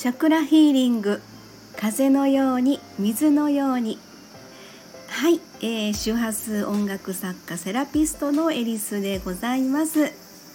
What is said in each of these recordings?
チャクラヒーリング、風のように水のように。はい、周波数音楽作家セラピストのエリスでございます。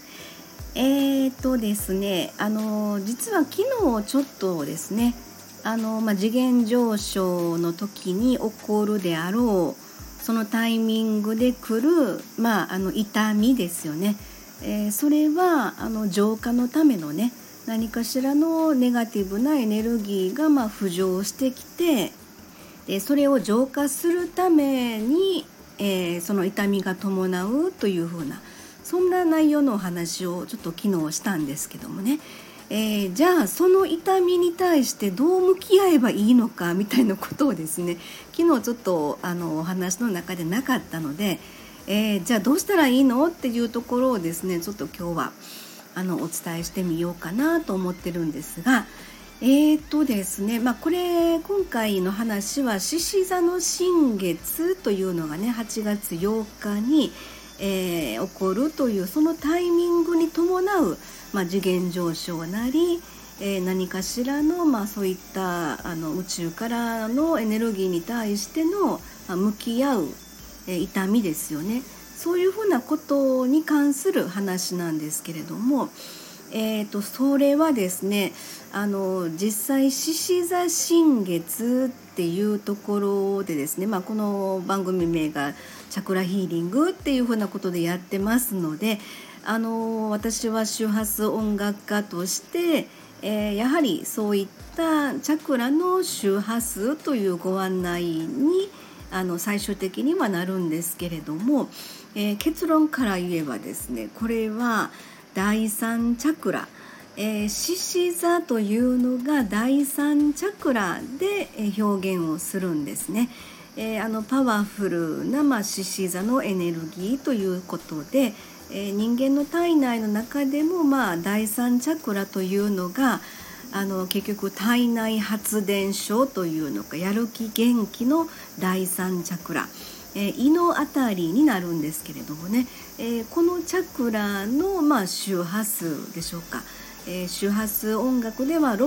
ですね、実は昨日ちょっとですね、次元上昇の時に起こるであろうそのタイミングで来る、痛みですよね。それは浄化のためのね、何かしらのネガティブなエネルギーが浮上してきて、それを浄化するために、その痛みが伴うというふうな、そんな内容のお話をちょっと昨日したんですけどもね、じゃあその痛みに対してどう向き合えばいいのかみたいなことをですね、昨日ちょっとお話の中でなかったので、じゃあどうしたらいいのっていうところをですね、ちょっと今日はお伝えしてみようかなと思ってるんですが、ですね、これ今回の話は獅子座の新月というのがね、8月8日に、起こるというそのタイミングに伴う、次元上昇なり、何かしらの、そういった宇宙からのエネルギーに対しての、向き合う、痛みですよね。そういうふうなことに関する話なんですけれども、それはですね、実際獅子座新月っていうところでですね、この番組名がチャクラヒーリングっていうふうなことでやってますので、私は周波数音楽家として、やはりそういったチャクラの周波数というご案内に最終的にはなるんですけれども、結論から言えばですね、これは第三チャクラ、獅子座というのが第三チャクラで表現をするんですね。パワフルな、獅子座のエネルギーということで、人間の体内の中でも、第三チャクラというのが結局体内発電所というのか、やる気元気の第三チャクラ、胃のあたりになるんですけれどもね、このチャクラの、周波数でしょうか、周波数音楽では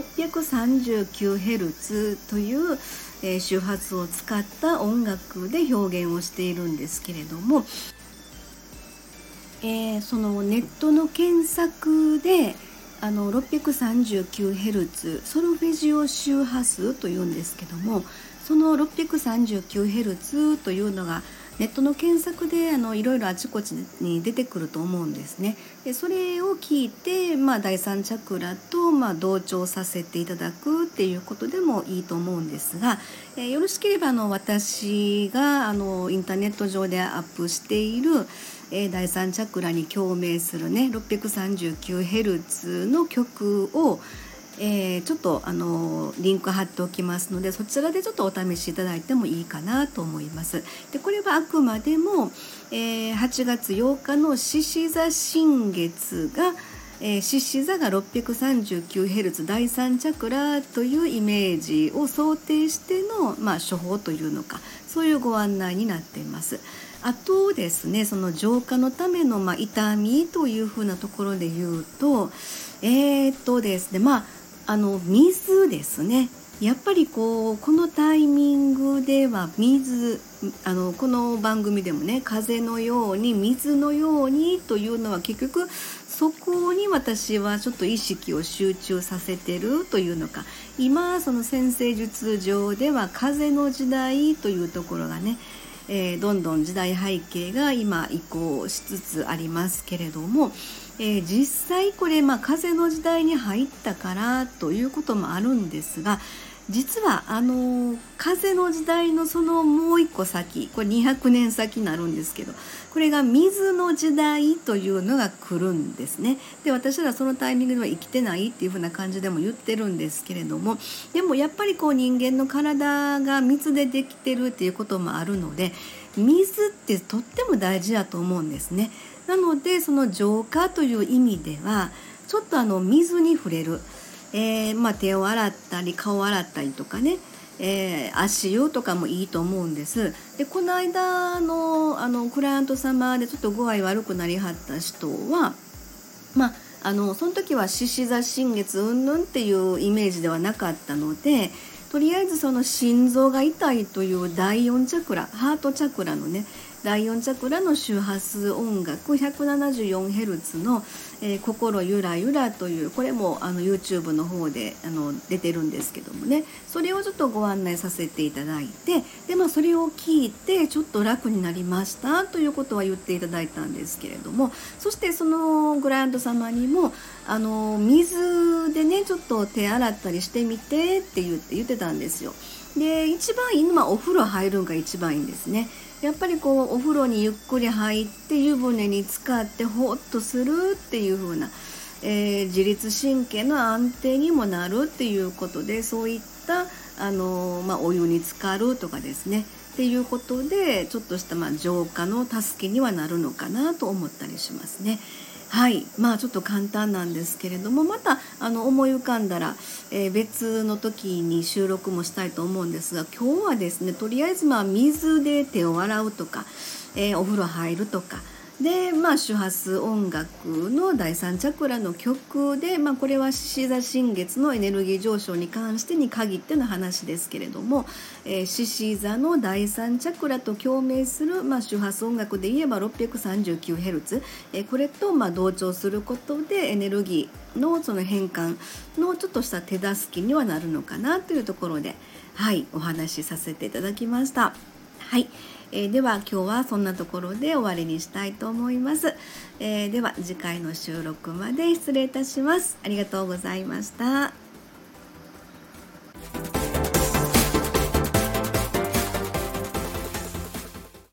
639Hz という、周波数を使った音楽で表現をしているんですけれども、そのネットの検索で639Hz ソルフェジオ周波数というんですけども、その 639Hz というのがネットの検索でいろいろあちこちに出てくると思うんですね。でそれを聞いて、第三チャクラと、同調させていただくっていうことでもいいと思うんですが、よろしければ私がインターネット上でアップしている第三チャクラに共鳴するね 639Hz の曲をちょっとリンク貼っておきますので、そちらでちょっとお試しいただいてもいいかなと思います。でこれはあくまでも、8月8日の獅子座新月が獅子座が 639Hz 第三チャクラというイメージを想定しての、処方というのか、そういうご案内になっています。あとですね、その浄化のための、痛みというふうなところで言うと、ですね、水ですね。やっぱりこのタイミングでは水、この番組でもね、風のように水のようにというのは結局そこに私はちょっと意識を集中させてるというのか、今その占星術上では風の時代というところがね、どんどん時代背景が今移行しつつありますけれども、実際これ、風の時代に入ったからということもあるんですが、実は風の時代のそのもう一個先、これ200年先になるんですけど、これが水の時代というのが来るんですね。で私らそのタイミングでは生きてないっていう風な感じでも言ってるんですけれども、でもやっぱり人間の体が水でできてるっていうこともあるので、水ってとっても大事だと思うんですね。なのでその浄化という意味ではちょっと水に触れる、手を洗ったり顔を洗ったりとかね、足湯とかもいいと思うんです。でこの間のクライアント様でちょっと具合悪くなりはった人は、 その時は獅子座新月うんぬんっていうイメージではなかったので、とりあえずその心臓が痛いという第4チャクラ、ハートチャクラのね、第4チャクラの周波数音楽 174Hz の、心ゆらゆらという、これもYouTube の方で出てるんですけどもね、それをちょっとご案内させていただいて、で、それを聞いてちょっと楽になりましたということは言っていただいたんですけれども、そしてそのグライアント様にも水でねちょっと手洗ったりしてみてって言ってたんですよ。で、一番いいのはお風呂入るんが一番いいんですね。やっぱりこうお風呂にゆっくり入って湯船に浸かってほっとするっていう風な、自律神経の安定にもなるっていうことで、そういったお湯に浸かるとかですねっていうことで、ちょっとした浄化の助けにはなるのかなと思ったりしますね。はい、ちょっと簡単なんですけれども、また思い浮かんだら、別の時に収録もしたいと思うんですが、今日はですね、とりあえず水で手を洗うとか、お風呂入るとかで、周波数音楽の第3チャクラの曲で、これは獅子座新月のエネルギー上昇に関してに限っての話ですけれども、獅子座の第3チャクラと共鳴する、周波数音楽で言えば 639Hz、これと同調することでエネルギーのその変換のちょっとした手助けにはなるのかなというところで、お話しさせていただきました。はい、では今日はそんなところで終わりにしたいと思います。では次回の収録まで失礼いたします。ありがとうございました。